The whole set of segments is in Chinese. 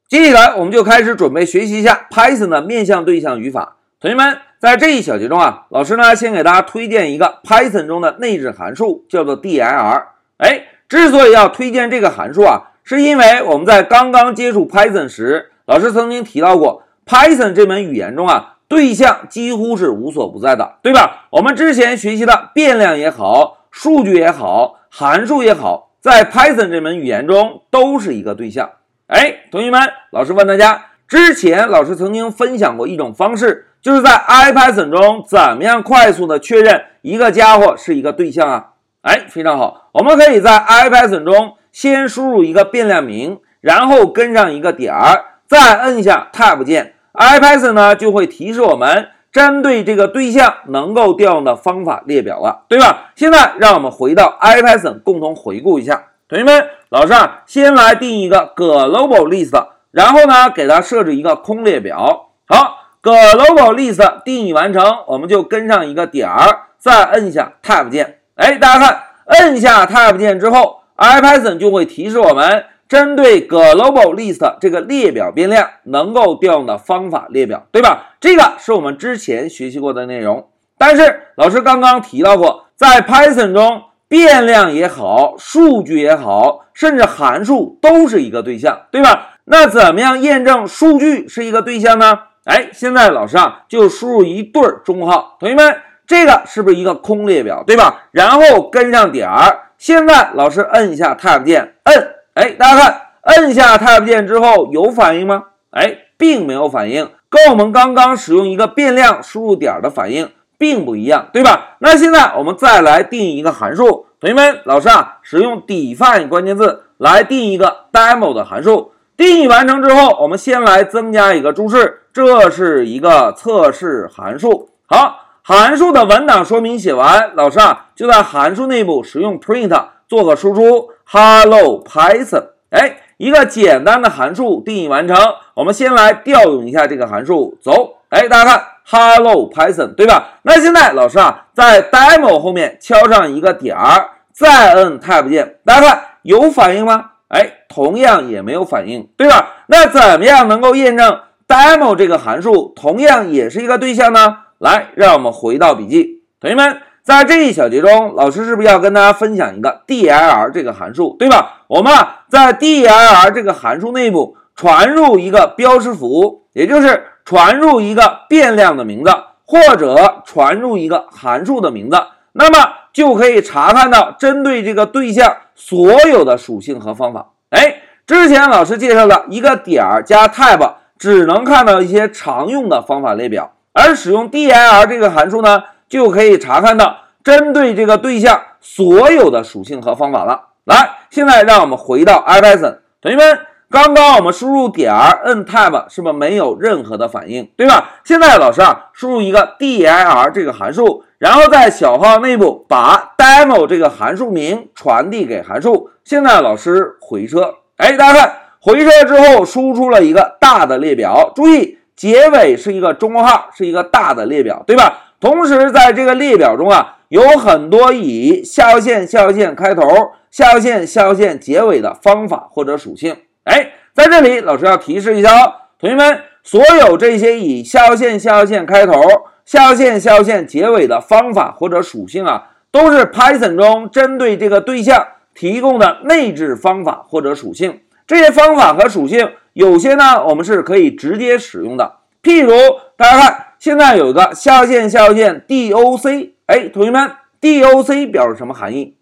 接下来我们就开始准备学习一下 Python 的面向对象语法。同学们，在这一小节中老师呢先给大家推荐一个 Python 中的内置函数，叫做 dir。之所以要推荐这个函数是因为我们在刚刚接触 Python 时，老师曾经提到过 Python 这门语言中对象几乎是无所不在的，对吧？我们之前学习的变量也好，数据也好，函数也好，在 Python 这门语言中都是一个对象。同学们，老师问大家，之前老师曾经分享过一种方式，就是在 IPython 中怎么样快速的确认一个家伙是一个对象非常好，我们可以在 IPython 中先输入一个变量名，然后跟上一个点，再摁下 Tab 键，IPython 呢就会提示我们针对这个对象能够调用的方法列表了，对吧？现在让我们回到 IPython 共同回顾一下。同学们，老师先来定一个 global list， 然后呢给它设置一个空列表。好， global list 定义完成，我们就跟上一个点，再摁下 Tab 键。大家看，摁下 Tab 键之后， IPython 就会提示我们针对 global list 这个列表变量能够调用的方法列表，对吧？这个是我们之前学习过的内容。但是老师刚刚提到过，在 Python 中变量也好，数据也好，甚至函数都是一个对象，对吧？那怎么样验证数据是一个对象呢？现在老师就输入一对中号。同学们，这个是不是一个空列表，对吧？然后跟上点，现在老师摁一下 Tab 键，大家看，摁下 Tab 键之后有反应吗？并没有反应，跟我们刚刚使用一个变量输入点的反应并不一样，对吧？那现在我们再来定义一个函数。同学们，老师使用 define 关键字来定义一个 demo 的函数。定义完成之后，我们先来增加一个注释，这是一个测试函数。好，函数的文档说明写完，老师就在函数内部使用 print 做个输出 hello Python。一个简单的函数定义完成，我们先来调用一下这个函数，走。大家看 hello Python， 对吧？那现在老师在 demo 后面敲上一个点，再摁 Tab 键，大家看有反应吗？同样也没有反应，对吧？那怎么样能够验证 demo 这个函数同样也是一个对象呢？来，让我们回到笔记。同学们，在这一小节中，老师是不是要跟大家分享一个 dir 这个函数，对吧？我们在 dir 这个函数内部传入一个标识符，也就是传入一个变量的名字，或者传入一个函数的名字，那么就可以查看到针对这个对象所有的属性和方法。之前老师介绍的一个点加 tab 只能看到一些常用的方法列表，而使用 dir 这个函数呢，就可以查看到针对这个对象所有的属性和方法了。来，现在让我们回到 IPython。 同学们，刚刚我们输入点摁 tab 是不是没有任何的反应，对吧？现在老师输入一个 dir 这个函数，然后在小号内部把 demo 这个函数名传递给函数。现在老师回车，大家看回车之后输出了一个大的列表，注意结尾是一个中号，是一个大的列表，对吧？同时在这个列表中有很多以下划线下划线开头，下划线下划线结尾的方法或者属性。在这里老师要提示一下同学们，所有这些以下划线下划线开头，下划线下划线结尾的方法或者属性都是 Python 中针对这个对象提供的内置方法或者属性。这些方法和属性有些呢我们是可以直接使用的，譬如大家看现在有一个下划线下划线 doc， 同学们 doc 表示什么含义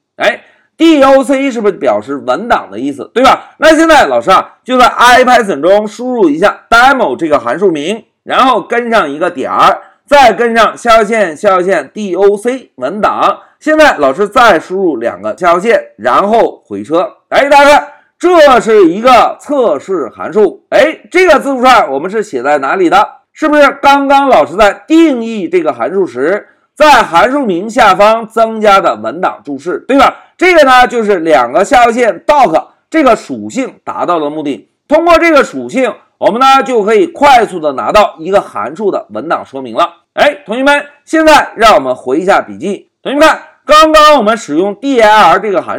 ？doc 是不是表示文档的意思，对吧？那现在老师就在 IPython 中输入一下 demo 这个函数名，然后跟上一个点，再跟上下划线下划线 doc 文档。现在老师再输入两个下划线，然后回车。大家看，这是一个测试函数。这个字符串我们是写在哪里的？是不是刚刚老师在定义这个函数时，在函数名下方增加的文档注释，对吧？这个呢就是两个下划线 doc 这个属性达到了目的。通过这个属性，我们呢就可以快速的拿到一个函数的文档说明了。同学们，现在让我们回一下笔记。同学们看，刚刚我们使用 dir 这个函数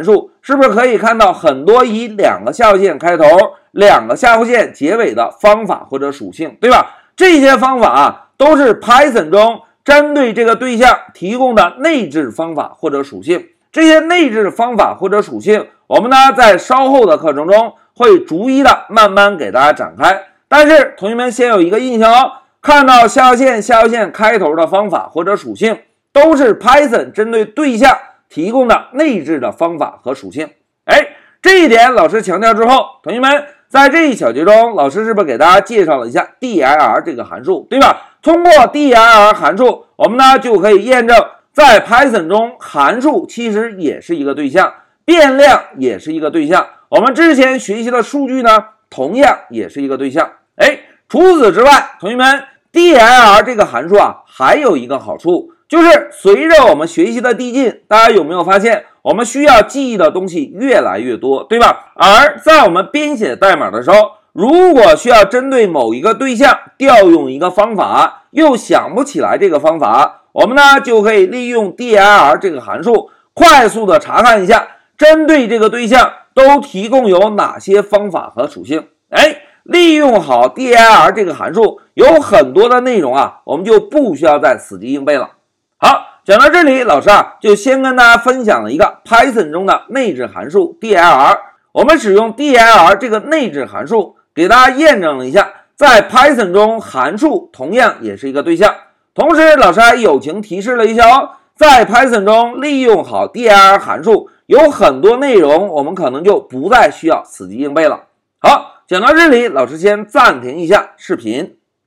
是不是可以看到很多以2个下划线开头、2个下划线结尾的方法或者属性，对吧？这些方法啊，都是 Python 中针对这个对象提供的内置方法或者属性。这些内置方法或者属性，我们呢在稍后的课程中会逐一的慢慢给大家展开。但是同学们先有一个印象哦，看到下划线开头的方法或者属性，都是 Python 针对对象提供的内置的方法和属性。这一点老师强调之后，同学们在这一小节中，老师是不是给大家介绍了一下 dir 这个函数，对吧？通过 dir 函数，我们呢就可以验证在 Python 中函数其实也是一个对象，变量也是一个对象，我们之前学习的数据呢同样也是一个对象。除此之外，同学们 dir 这个函数啊还有一个好处，就是随着我们学习的递进，大家有没有发现我们需要记忆的东西越来越多，对吧？而在我们编写代码的时候，如果需要针对某一个对象调用一个方法，又想不起来这个方法，我们呢就可以利用 dir 这个函数快速的查看一下针对这个对象都提供有哪些方法和属性。利用好 dir 这个函数，有很多的内容啊，我们就不需要再死记硬背了。好，讲到这里，老师啊就先跟大家分享了一个 Python 中的内置函数 dir。我们使用 dir 这个内置函数，给大家验证了一下，在 Python 中函数同样也是一个对象。同时，老师还友情提示了一下哦，在 Python 中利用好 dir 函数，有很多内容我们可能就不再需要死记硬背了。好，讲到这里，老师先暂停一下视频。